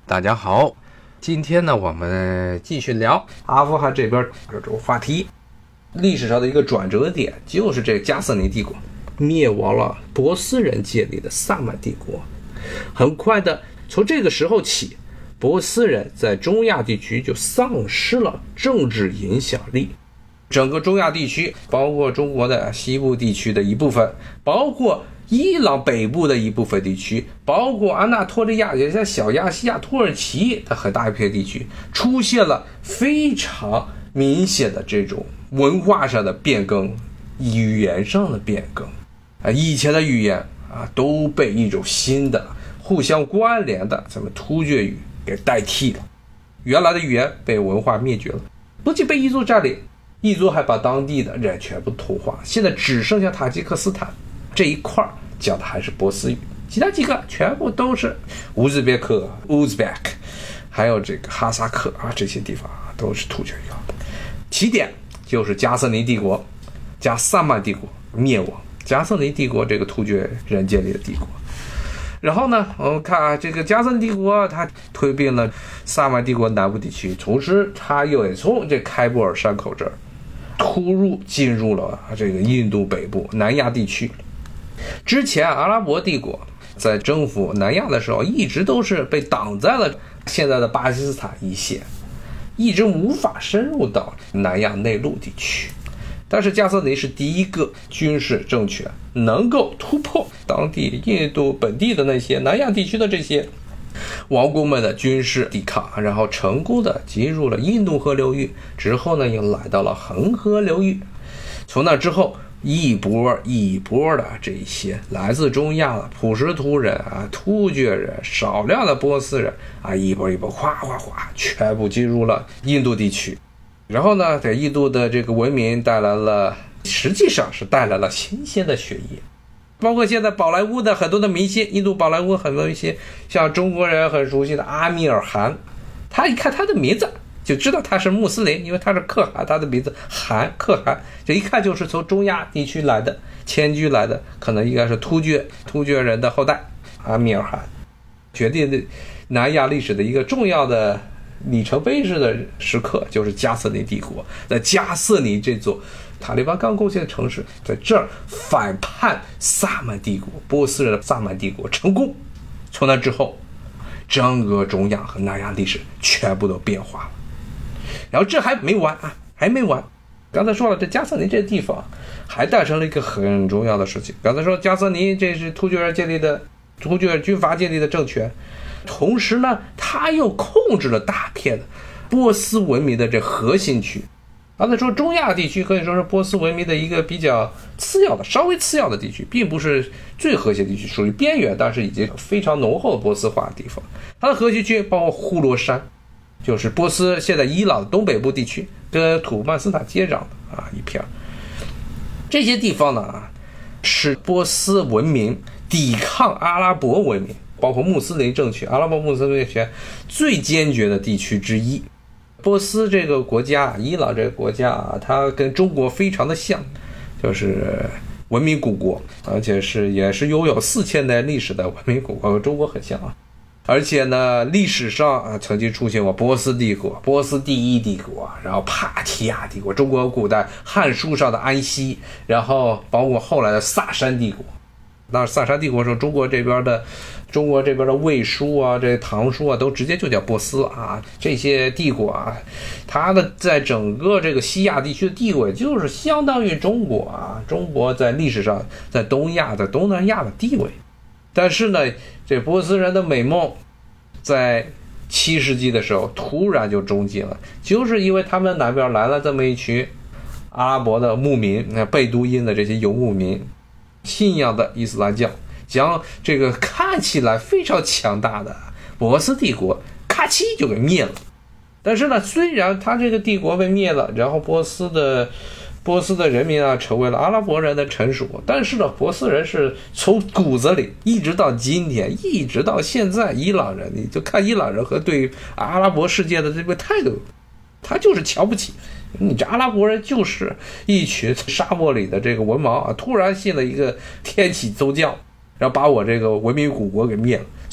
大家好，今天呢，我们继续聊阿富汗这边这种话题。历史上的一个转折点就是这加瑟尼帝国灭亡了波斯人建立的萨满帝国。很快的，从这个时候起，波斯人在中亚地区就丧失了政治影响力。整个中亚地区，包括中国的西部地区的一部分，包括伊朗北部的一部分地区，包括安纳托利亚，也像小亚细亚、土耳其的很大一片地区，出现了非常明显的这种文化上的变更，语言上的变更。以前的语言都被一种新的互相关联的咱们突厥语给代替了，原来的语言被文化灭绝了，不仅被彝族占领，彝族还把当地的人全部同化，现在只剩下塔吉克斯坦这一块讲的还是波斯语，其他几个全部都是乌兹别克、还有这个哈萨克这些地方都是突厥语。起点就是加瑟尼帝国加萨满帝国灭亡，加瑟尼帝国这个突厥人建立的帝国。然后呢，我们看这个加瑟尼帝国，它吞并了萨满帝国南部地区，同时它又从这开布尔山口这儿突入进入了这个印度北部南亚地区。之前阿拉伯帝国在征服南亚的时候，一直都是被挡在了现在的巴基斯坦一线，一直无法深入到南亚内陆地区。但是加瑟尼是第一个军事政权能够突破当地印度本地的那些南亚地区的这些王公们的军事抵抗，然后成功的进入了印度河流域，之后呢又来到了恒河流域。从那之后，一波一波的这些来自中亚的普什图人突厥人、少量的波斯人一波一波哗全部进入了印度地区。然后呢，在印度的这个文明实际上是带来了新鲜的血液，包括现在宝莱坞的很多的明星，印度宝莱坞很多明星，像中国人很熟悉的阿米尔汗，他一看他的名字就知道他是穆斯林，因为他是可汗，他的名字可汗，这一看就是从中亚地区来的，迁居来的，可能应该是突厥人的后代。阿米尔汗决定南亚历史的一个重要的里程碑式的时刻，就是加瑟尼帝国在加瑟尼这座塔利班刚攻陷的城市，在这儿反叛萨满帝国，波斯人的萨满帝国成功。从那之后，整个中亚和南亚历史全部都变化了。然后这还没完。刚才说了，这加瑟尼这地方还诞生了一个很重要的事情。刚才说加瑟尼这是突厥人建立的，突厥军阀建立的政权，同时呢，他又控制了大片的波斯文明的这核心区。刚才说中亚地区可以说是波斯文明的一个比较稍微次要的地区，并不是最核心地区，属于边缘，但是已经非常浓厚的波斯化的地方。它的核心区包括呼罗珊，就是波斯现在伊朗的东北部地区，跟土曼斯坦接壤的一片。这些地方呢，是波斯文明抵抗阿拉伯文明，包括穆斯林政权、阿拉伯穆斯林政权最坚决的地区之一。波斯这个国家，伊朗这个国家它跟中国非常的像，就是文明古国，而且也是拥有4000年历史的文明古国，和中国很像而且呢，历史上曾经出现过波斯帝国、波斯第一帝国，然后帕提亚帝国，中国古代汉书上的安息，然后包括后来的萨珊帝国。那萨珊帝国时候，中国这边的魏书这唐书都直接就叫波斯这些帝国它的在整个这个西亚地区的地位就是相当于中国中国在历史上在东亚、在东南亚的地位。但是呢，这波斯人的美梦在7世纪的时候突然就终结了，就是因为他们南边来了这么一群阿拉伯的牧民，贝都因的这些游牧民，信仰的伊斯兰教，将这个看起来非常强大的波斯帝国咔嚓就给灭了。但是呢，虽然他这个帝国被灭了，然后波斯的人民成为了阿拉伯人的臣属，但是呢，波斯人是从骨子里一直到今天，一直到现在，伊朗人，你就看伊朗人和对阿拉伯世界的这个态度，他就是瞧不起你，这阿拉伯人就是一群沙漠里的这个文盲突然信了一个天启宗教，然后把我这个文明古国给灭了。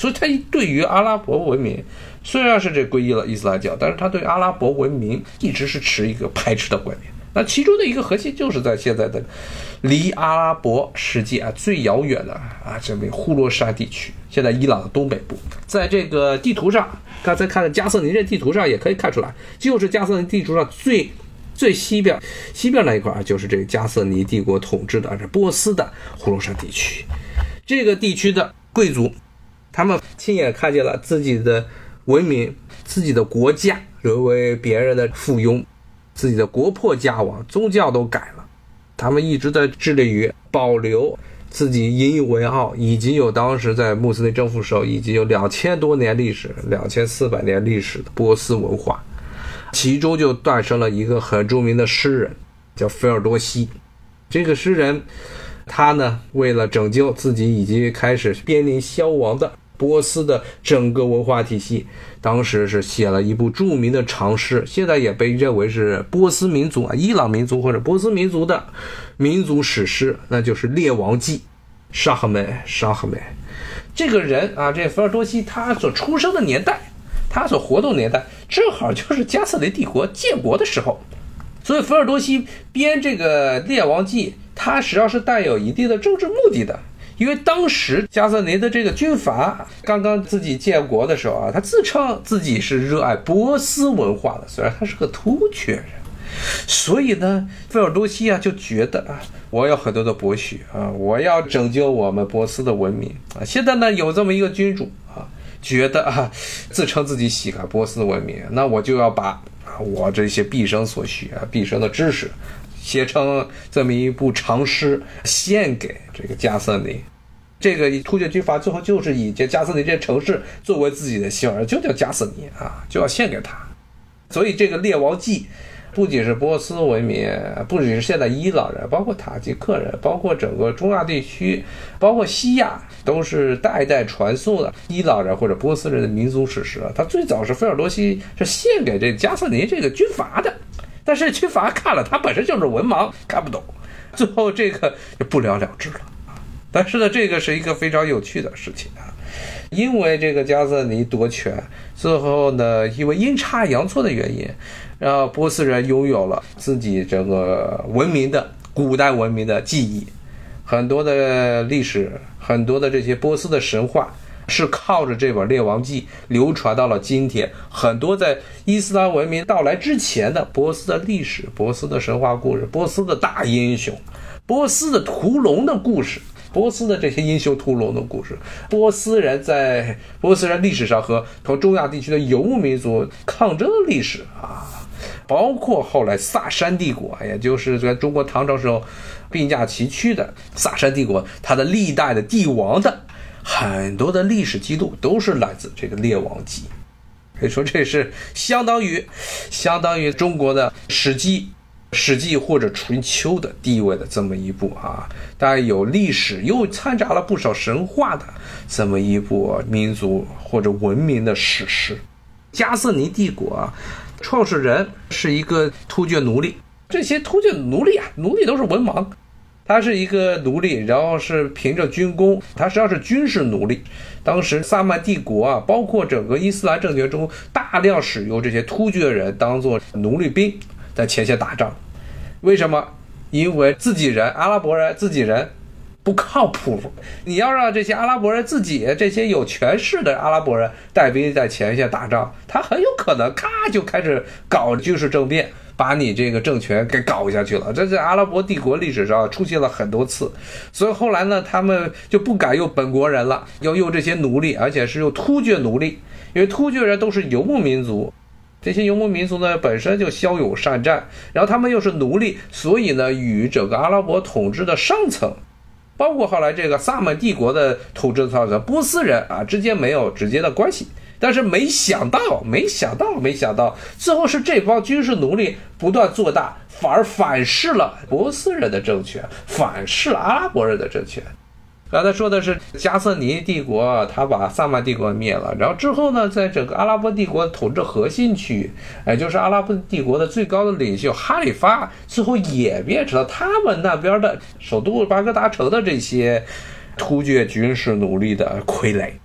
所以他对于阿拉伯文明虽然是这皈依了伊斯兰教，但是他对阿拉伯文明一直是持一个排斥的观念。那其中的一个核心就是在现在的离阿拉伯世界最遥远的这么呼罗珊地区，现在伊朗的东北部。在这个地图上，刚才看的加瑟尼这地图上也可以看出来，就是加瑟尼地图上最西边那一块就是这个加瑟尼帝国统治的这波斯的呼罗珊地区。这个地区的贵族，他们亲眼看见了自己的文明、自己的国家沦为别人的附庸，自己的国破家亡，宗教都改了。他们一直在致力于保留自己引以为傲，已经有当时在穆斯林征服时候已经有2000多年历史，2400年历史的波斯文化。其中就诞生了一个很著名的诗人，叫菲尔多西。这个诗人他呢，为了拯救自己已经开始濒临消亡的波斯的整个文化体系，当时是写了一部著名的长诗，现在也被认为是波斯民族伊朗民族或者波斯民族的民族史诗，那就是《列王纪》。沙赫梅这个人这菲尔多西他所出生的年代，他所活动年代正好就是加瑟林帝国建国的时候，所以菲尔多西编这个《列王纪》，他实际上是带有一定的政治目的的。因为当时加瑟林的这个军阀刚刚自己建国的时候他自称自己是热爱波斯文化的，虽然他是个突厥人。所以呢，菲尔多西就觉得我有很多的博学我要拯救我们波斯的文明现在呢，有这么一个君主觉得自称自己喜爱波斯文明，那我就要把我这些毕生所学毕生的知识写成这么一部长诗，献给这个加瑟林。这个突厥军阀最后就是以这加瑟林这城市作为自己的姓儿，就叫加瑟尼就要献给他。所以这个《列王纪》不仅是波斯文明，不仅是现在伊朗人，包括塔吉克人，包括整个中亚地区，包括西亚，都是代代传颂的伊朗人或者波斯人的民族史诗它最早是菲尔多西是献给这加瑟林这个军阀的，但是军阀看了他本身就是文盲，看不懂，最后这个就不了了之了。但是呢，这个是一个非常有趣的事情因为这个加瑟尼夺权，最后呢，因为阴差阳错的原因，让波斯人拥有了自己整个文明的古代文明的记忆，很多的历史，很多的这些波斯的神话是靠着这本《列王纪》流传到了今天。很多在伊斯兰文明到来之前的波斯的历史、波斯的神话故事、波斯的大英雄、波斯的屠龙的故事、波斯的这些英雄屠龙的故事，波斯人在波斯人历史上和同中亚地区的游牧民族抗争的历史包括后来萨珊帝国，也就是在中国唐朝时候并驾齐驱的萨珊帝国，它的历代的帝王的很多的历史记录都是来自这个《列王纪》。可以说这是相当于中国的史记或者春秋的地位的这么一部当然有历史又掺杂了不少神话的这么一部民族或者文明的史诗。加瑟尼帝国创始人是一个突厥奴隶，这些突厥奴隶都是文盲，他是一个奴隶，然后是凭着军功，他实际上是军事奴隶。当时萨曼帝国包括整个伊斯兰政权中大量使用这些突厥人当做奴隶兵在前线打仗。为什么？因为自己人阿拉伯人自己人不靠谱，你要让这些阿拉伯人自己这些有权势的阿拉伯人带兵在前线打仗，他很有可能就开始搞军事政变，把你这个政权给搞下去了。这在阿拉伯帝国历史上出现了很多次，所以后来呢，他们就不敢用本国人了，要用这些奴隶，而且是用突厥奴隶，因为突厥人都是游牧民族，这些游牧民族呢本身就骁勇善战，然后他们又是奴隶，所以呢与整个阿拉伯统治的上层，包括后来这个萨满帝国的统治上层波斯人之间没有直接的关系。但是没想到，最后是这帮军事奴隶不断做大，反而反噬了波斯人的政权，反噬了阿拉伯人的政权。刚才说的是加瑟尼帝国，他把萨曼帝国灭了，然后之后呢，在整个阿拉伯帝国统治核心区域，也就是阿拉伯帝国的最高的领袖哈里发，最后也变成了他们那边的首都巴格达城的这些突厥军事奴隶的傀儡。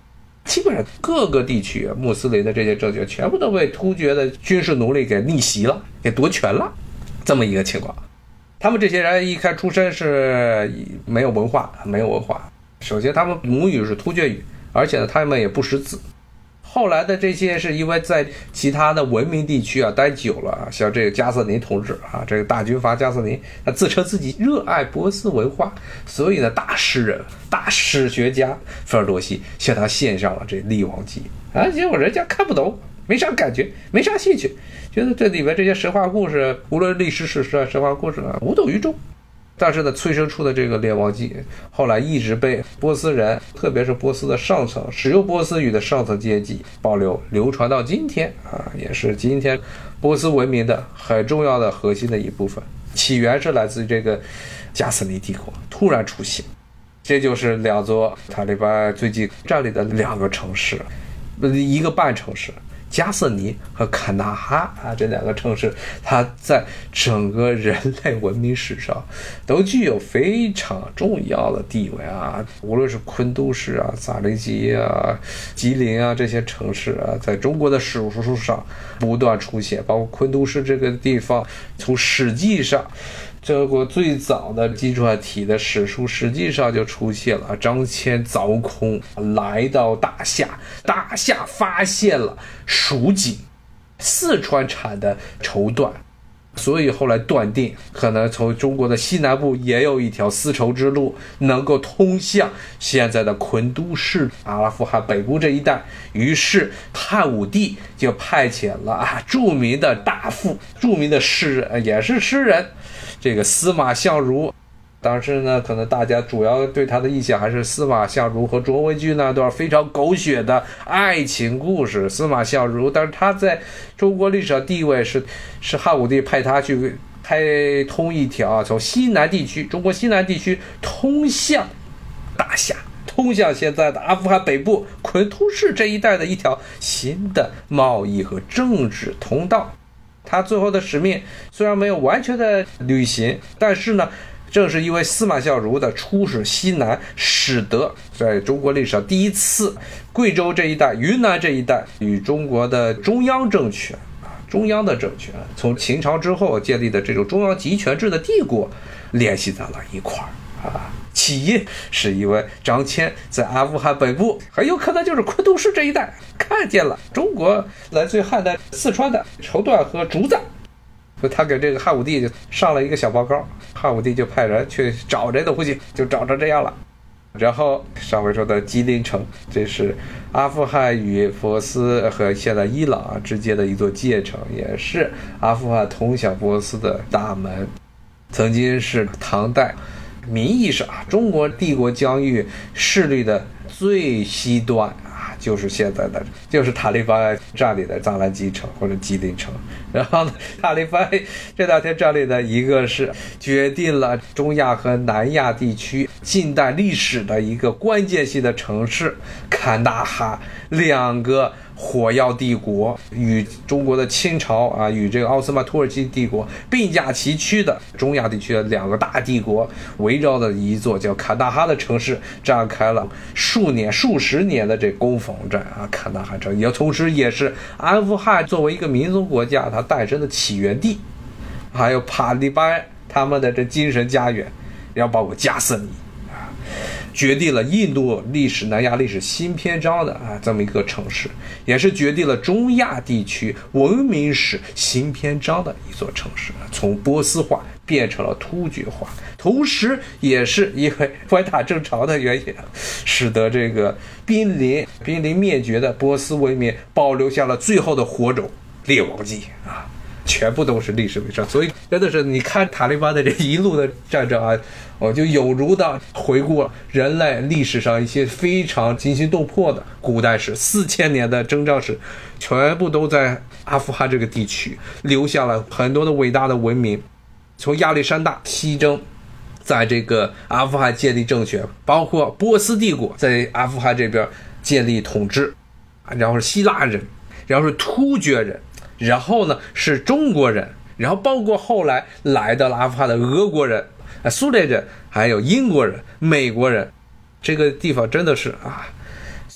基本上各个地区穆斯林的这些政权全部都被突厥的军事奴隶给逆袭了，给夺权了，这么一个情况。他们这些人一看出身是没有文化。首先他们母语是突厥语，而且呢他们也不识字。后来的这些是因为在其他的文明地区待久了，像这个加瑟林同志这个大军阀加瑟林，他自称自己热爱波斯文化，所以呢大诗人大史学家费尔多西向他献上了这《列王纪》结果人家看不懂，没啥感觉，没啥兴趣，觉得这里面这些神话故事，无论历史史实神话故事无动于衷。但是呢，催生出的这个《列王纪》后来一直被波斯人，特别是波斯的上层，使用波斯语的上层阶级保留流传到今天也是今天波斯文明的很重要的核心的一部分。起源是来自于这个加斯尼帝国突然出现，这就是两座塔利班最近占领的两个城市，一个半城市。加瑟尼和坎大哈这两个城市，它在整个人类文明史上都具有非常重要的地位无论是昆都市萨雷吉吉林这些城市在中国的史书上不断出现，包括昆都市这个地方，从史记上中国最早的纪传体的史书实际上就出现了张骞凿空来到大夏发现了蜀锦，四川产的绸缎，所以后来断定可能从中国的西南部也有一条丝绸之路能够通向现在的昆都市阿拉夫汗北部这一带。于是汉武帝就派遣了著名的大夫，著名的诗人，也是诗人，这个司马相如。当时呢，可能大家主要对他的印象还是司马相如和卓文君那段非常狗血的爱情故事。司马相如，但是他在中国历史上地位是汉武帝派他去开通一条从西南地区，中国西南地区通向大夏，通向现在的阿富汗北部昆都市这一带的一条新的贸易和政治通道。他最后的使命虽然没有完全的履行，但是呢，正是因为司马相如的出使西南，使得在中国历史上第一次贵州这一带、云南这一带与中国的中央政权从秦朝之后建立的这种中央集权制的帝国联系在了一块起因是因为张骞在阿富汗北部，很有可能就是昆都市这一带，看见了中国来自于汉代四川的绸缎和竹子，他给这个汉武帝就上了一个小报告，汉武帝就派人去找这东西，就找成这样了。然后上回说的吉林城，这是阿富汗与波斯和现在伊朗之间的一座界城，也是阿富汗通向波斯的大门，曾经是唐代名义上中国帝国疆域势力的最西端就是现在的，就是塔利班占领的扎兰基城或者吉林城。然后呢，塔利班这两天占领的一个是决定了中亚和南亚地区近代历史的一个关键性的城市坎大哈，两个火药帝国与中国的清朝与这个奥斯曼土耳其帝国并驾齐驱的中亚地区的两个大帝国围绕的一座叫坎大哈的城市展开了数十年的这攻防战坎大哈城也同时也是阿富汗作为一个民族国家它诞生的起源地，还有塔利班他们的这精神家园，然后包括加瑟尼决定了印度历史、南亚历史新篇章的这么一个城市，也是决定了中亚地区文明史新篇章的一座城市，从波斯化变成了突厥化，同时也是因为关塔正朝的原因，使得这个濒临灭绝的波斯文明保留下了最后的火种——列王纪全部都是历史为证。所以真的是你看塔利班的这一路的战争我就有如的回顾了人类历史上一些非常惊心动魄的古代史，4000年的征战史，全部都在阿富汗这个地区留下了很多的伟大的文明。从亚历山大西征在这个阿富汗建立政权，包括波斯帝国在阿富汗这边建立统治，然后是希腊人，然后是突厥人，然后呢是中国人，然后包括后来来到了阿富汗的俄国人、苏联人，还有英国人、美国人，这个地方真的是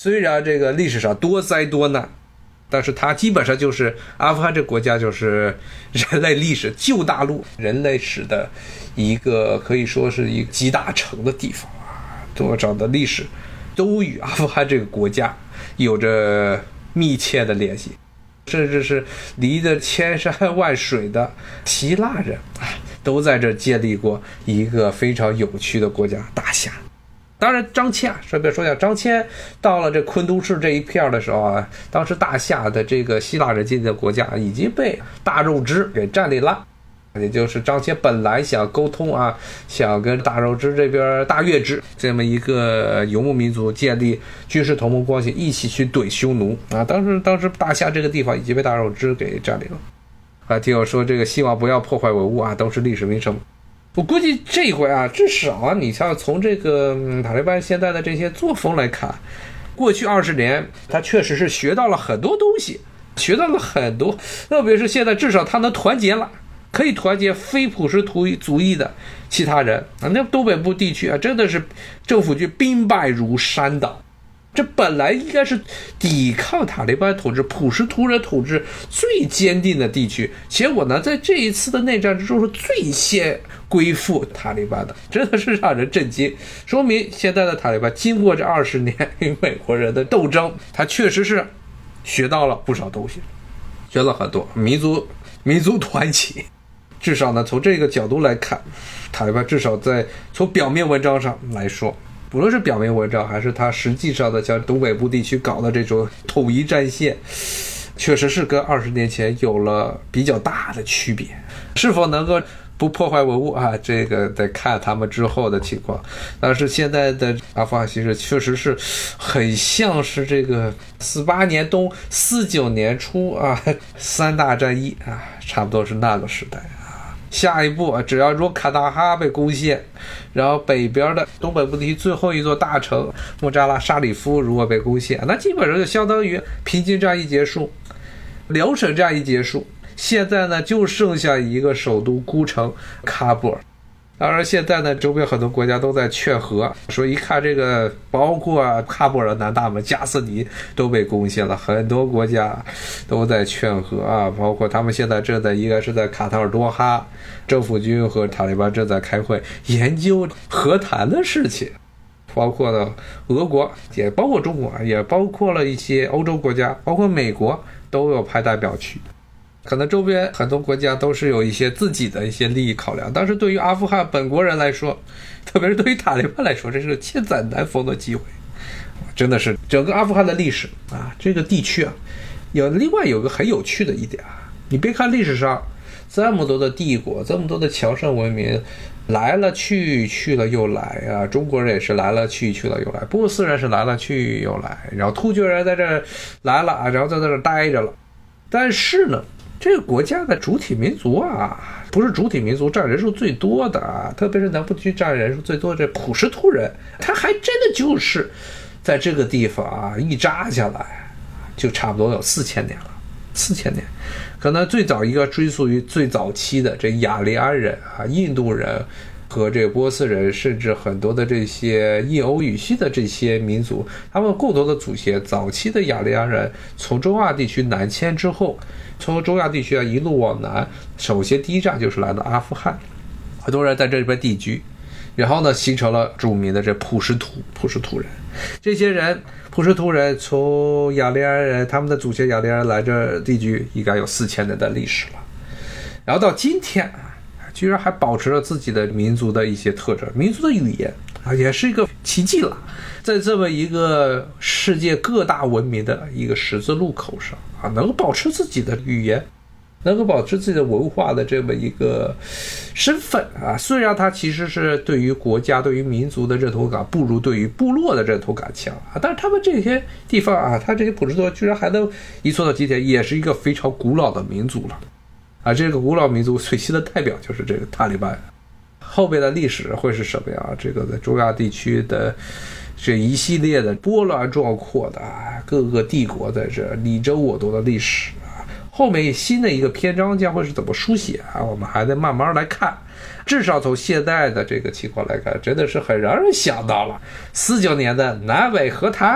虽然这个历史上多灾多难，但是它基本上就是阿富汗这个国家就是人类历史旧大陆人类史的一个可以说是一个集大成的地方啊，多少的历史都与阿富汗这个国家有着密切的联系，甚至是离着千山万水的希腊人都在这建立过一个非常有趣的国家大夏。当然张骞顺便说一下，张骞到了这昆都市这一片的时候啊，当时大夏的这个希腊人建立的国家已经被大肉支给占领了，也就是张骞本来想沟通啊，想跟大肉支这边大月支这么一个游牧民族建立军事同盟关系，一起去怼匈奴啊。当时大夏这个地方已经被大肉支给占领了啊。听我说这个希望不要破坏文物啊，都是历史名城。我估计这回啊，至少啊，你像从这个塔利班现在的这些作风来看，过去20年他确实是学到了很多东西，学到了很多，特别是现在至少他能团结了，可以团结非普什图族裔的其他人啊。那东北部地区啊，真的是政府军兵败如山倒，这本来应该是抵抗塔利班统治、普什图人统治最坚定的地区，结果呢，在这一次的内战之中是最先归附塔利班的，真的是让人震惊。说明现在的塔利班经过这20年与美国人的斗争，他确实是学到了不少东西，学了很多民族团结。至少呢，从这个角度来看，塔利班至少从表面文章上来说，不论是表面文章还是他实际上的像东北部地区搞的这种统一战线，确实是跟20年前有了比较大的区别。是否能够不破坏文物啊，这个得看他们之后的情况。但是现在的阿富汗其实确实是很像是这个48年冬49年初啊3大战役啊，差不多是那个时代啊。下一步啊，只要说卡达哈被攻陷，然后北边的东北部地区最后一座大城莫扎拉沙里夫如果被攻陷，那基本上就相当于平津战役结束，辽沈战役结束。现在呢，就剩下一个首都孤城喀布尔。当然现在呢，周边很多国家都在劝和，说一看这个包括喀布尔的南大门加斯尼都被攻陷了，很多国家都在劝和啊，包括他们现在应该是在卡塔尔多哈，政府军和塔利班正在开会研究和谈的事情。包括了俄国，也包括中国，也包括了一些欧洲国家，包括美国都有派代表去。可能周边很多国家都是有一些自己的一些利益考量，但是对于阿富汗本国人来说，特别是对于塔利班来说，这是千载难逢的机会。真的是整个阿富汗的历史啊，这个地区啊，另外有个很有趣的一点啊，你别看历史上这么多的帝国，这么多的强盛文明来了去了又来啊，中国人也是来了去了又来，波斯人是来了去又来，然后突厥人在这来了啊，然后在这待着了。但是呢，这个国家的主体民族啊，不是主体民族占人数最多的啊，特别是南部地区占人数最多的这普什图人，他还真的就是在这个地方啊一扎下来，就差不多有4000年了，4000年。可能最早一个追溯于最早期的这雅利安人啊、印度人和这波斯人，甚至很多的这些印欧语系的这些民族，他们共同的祖先，早期的雅利安人从中亚地区南迁之后，从中亚地区一路往南，首先第一站就是来到阿富汗，很多人在这边定居，然后呢形成了著名的这普什图人。这些人普什图人从雅利安人，他们的祖先雅利安人来这地居应该有4000年的历史了，然后到今天居然还保持了自己的民族的一些特征，民族的语言啊，也是一个奇迹了。在这么一个世界各大文明的一个十字路口上啊，能够保持自己的语言，能够保持自己的文化的这么一个身份啊，虽然它其实是对于国家、对于民族的认同感不如对于部落的认同感强啊，但是他们这些地方啊，他这些普什图居然还能一做到今天，也是一个非常古老的民族了。啊，这个古老民族最新的代表就是这个塔利班，后面的历史会是什么样？这个在中亚地区的这一系列的波澜壮阔的各个帝国在这你争我夺的历史啊，后面新的一个篇章将会是怎么书写啊？我们还得慢慢来看。至少从现在的这个情况来看，真的是很让人想到了49年的南北和谈，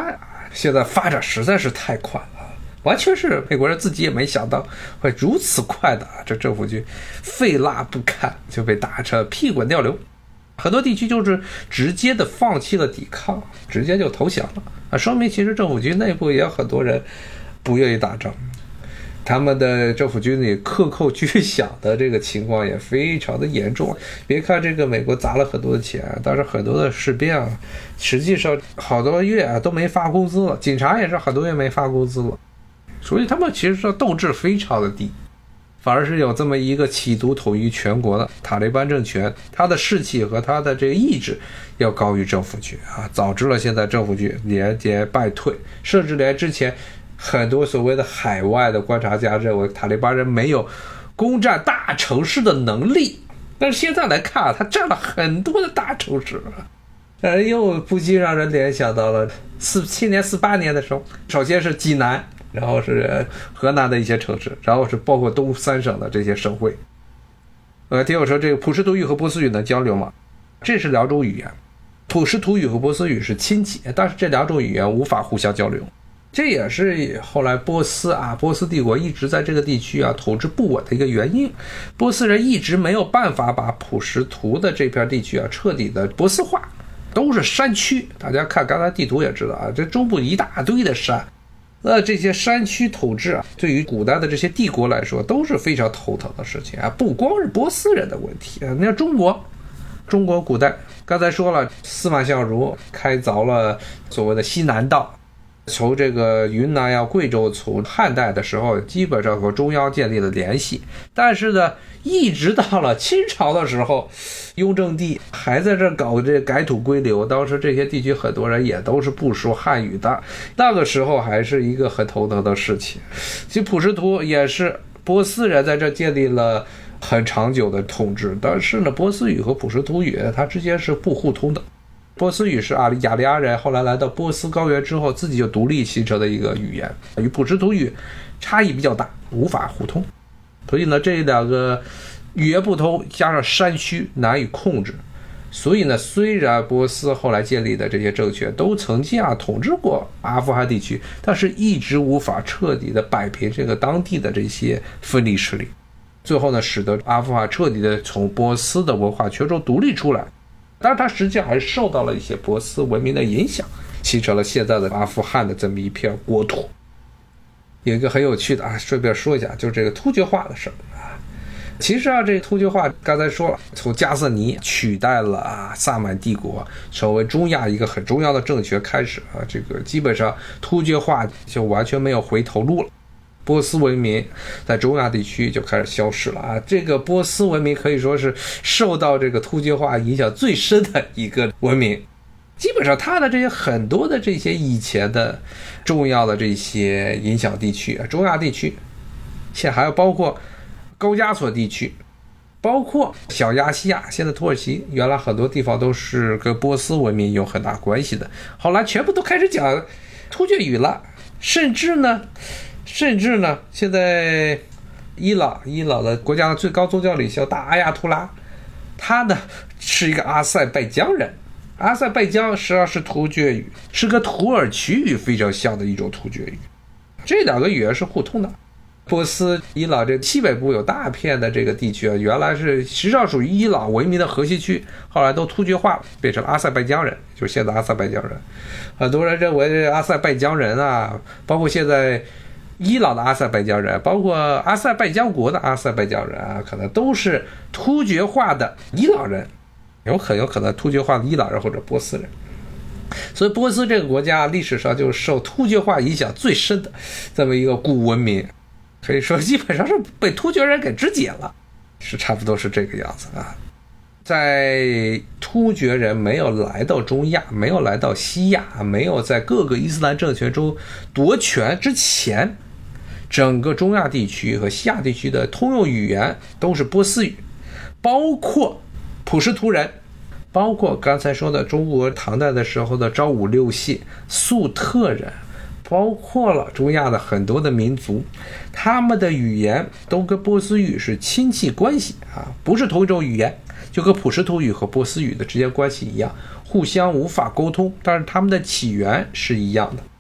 现在发展实在是太快了，完全是美国人自己也没想到会如此快的这政府军废蜡不堪，就被打成屁滚尿流。很多地区就是直接的放弃了抵抗，直接就投降了说明其实政府军内部也有很多人不愿意打仗，他们的政府军里克扣军饷的这个情况也非常的严重。别看这个美国砸了很多的钱，但是很多的士兵实际上好多月都没发工资了，警察也是很多月没发工资了，所以他们其实说斗志非常的低，反而是有这么一个企图统一全国的塔利班政权，他的士气和他的这个意志要高于政府军导致了现在政府军连接败退，甚至连之前很多所谓的海外的观察家认为塔利班人没有攻占大城市的能力，但是现在来看他占了很多的大城市又不禁让人联想到了47年48年的时候，首先是济南，然后是河南的一些城市，然后是包括东三省的这些省会。听我说这个普什图语和波斯语能交流吗？这是两种语言，普什图语和波斯语是亲戚，但是这两种语言无法互相交流。这也是后来波斯帝国一直在这个地区统治不稳的一个原因。波斯人一直没有办法把普什图的这片地区彻底的波斯化，都是山区，大家看刚才地图也知道这中部一大堆的山。这些山区统治对于古代的这些帝国来说都是非常头疼的事情不光是波斯人的问题你看中国古代刚才说了，司马相如开凿了所谓的西南道，从这个云南贵州，从汉代的时候基本上和中央建立了联系，但是呢一直到了清朝的时候，雍正帝还在这搞这改土归流，当时这些地区很多人也都是不说汉语的，那个时候还是一个很头疼的事情。其实普什图也是波斯人在这建立了很长久的统治，但是呢波斯语和普什图语它之间是不互通的。波斯语是雅利安人后来来到波斯高原之后自己就独立形成的一个语言，与普什图语差异比较大，无法互通。所以呢这两个语言不通，加上山区难以控制，所以呢虽然波斯后来建立的这些政权都曾经统治过阿富汗地区，但是一直无法彻底的摆平这个当地的这些分离势力，最后呢使得阿富汗彻底的从波斯的文化圈中独立出来。但是它实际上还受到了一些波斯文明的影响，形成了现在的阿富汗的这么一片国土。有一个很有趣的顺便说一下，就是这个突厥化的事其实这个突厥化刚才说了，从加瑟尼取代了萨满帝国，成为中亚一个很重要的政权开始这个基本上突厥化就完全没有回头路了。波斯文明在中亚地区就开始消失了这个波斯文明可以说是受到这个突厥化影响最深的一个文明。基本上它的这些很多的这些以前的重要的这些影响地区中亚地区，现在还有包括高加索地区，包括小亚细亚，现在土耳其，原来很多地方都是跟波斯文明有很大关系的，后来全部都开始讲突厥语了。甚至呢现在伊朗的国家的最高宗教领袖大阿亚图拉，他呢是一个阿塞拜疆人。阿塞拜疆实际上是突厥语，是跟土耳其语非常像的一种突厥语，这两个语言是互通的。波斯伊朗这西北部有大片的这个地区原来是实际上属于伊朗文明的核心区，后来都突厥化变成了阿塞拜疆人，就是现在阿塞拜疆人。很多人认为这阿塞拜疆人包括现在伊朗的阿塞拜疆人，包括阿塞拜疆国的阿塞拜疆人可能都是突厥化的伊朗人，很有可能突厥化的伊朗人或者波斯人。所以波斯这个国家历史上就是受突厥化影响最深的这么一个古文明，可以说基本上是被突厥人给肢解了，是差不多是这个样子在突厥人没有来到中亚，没有来到西亚，没有在各个伊斯兰政权中夺权之前，整个中亚地区和西亚地区的通用语言都是波斯语，包括普什图人，包括刚才说的中国唐代的时候的昭武六系粟特人，包括了中亚的很多的民族，他们的语言都跟波斯语是亲戚关系不是同一种语言，就跟普什图语和波斯语的之间关系一样，互相无法沟通，但是他们的起源是一样的。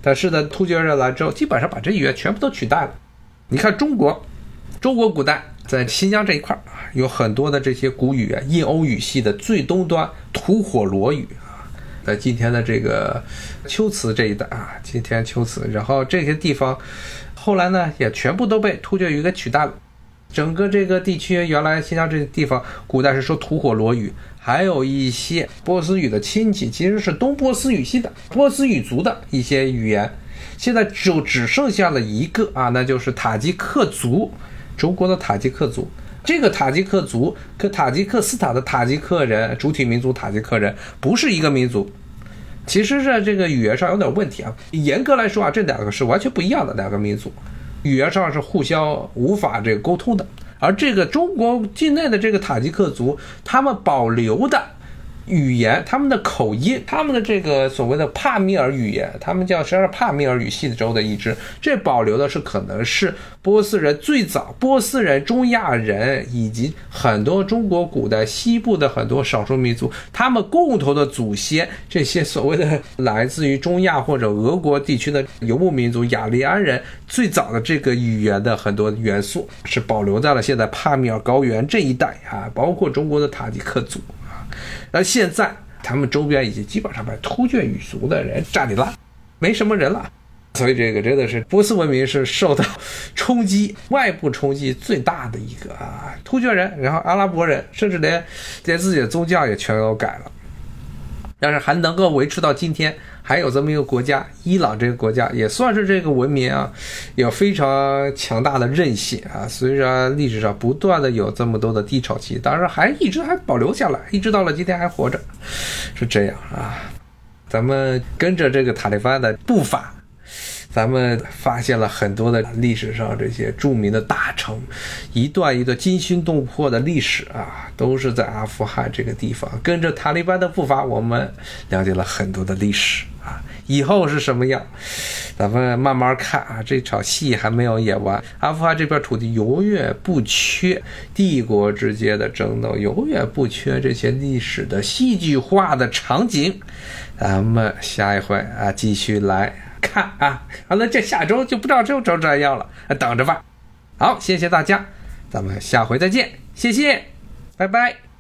但是呢，突厥人来之后，基本上把这语言全部都取代了。你看中国古代在新疆这一块有很多的这些古语印欧语系的最东端吐火罗语在今天的这个龟兹这一带今天龟兹，然后这些地方后来呢也全部都被突厥语给取代了。整个这个地区原来新疆这个地方古代是说吐火罗语，还有一些波斯语的亲戚，其实是东波斯语系的波斯语族的一些语言，现在就只剩下了一个那就是塔吉克族，中国的塔吉克族。这个塔吉克族跟塔吉克斯坦的塔吉克人主体民族塔吉克人不是一个民族。其实在这个语言上有点问题严格来说这两个是完全不一样的两个民族，语言上是互相无法这个沟通的。而这个中国境内的这个塔吉克族，他们保留的语言，他们的口音，他们的这个所谓的帕米尔语言，他们叫实际上是帕米尔语系州的一支，这保留的是可能是波斯人最早波斯人、中亚人以及很多中国古代西部的很多少数民族，他们共同的祖先，这些所谓的来自于中亚或者俄国地区的游牧民族雅利安人最早的这个语言的很多元素是保留在了现在帕米尔高原这一带包括中国的塔吉克族。而现在他们周边已经基本上被突厥语族的人占领了，没什么人了。所以这个真的是波斯文明是受到冲击，外部冲击最大的一个突厥人，然后阿拉伯人，甚至连自己的宗教也全都改了。但是还能够维持到今天，还有这么一个国家，伊朗这个国家也算是这个文明有非常强大的韧性虽然历史上不断的有这么多的低潮期，当然一直还保留下来，一直到了今天还活着，是这样咱们跟着这个塔利班的步伐，咱们发现了很多的历史上这些著名的大城，一段一段惊心动魄的历史都是在阿富汗这个地方。跟着塔利班的步伐，我们了解了很多的历史以后是什么样，咱们慢慢看这场戏还没有演完。阿富汗这边土地永远不缺帝国之间的争斗，永远不缺这些历史的戏剧化的场景。咱们下一回继续来看好了，这下周就不知道这周怎样了，等着吧。好，谢谢大家，咱们下回再见，谢谢，拜拜。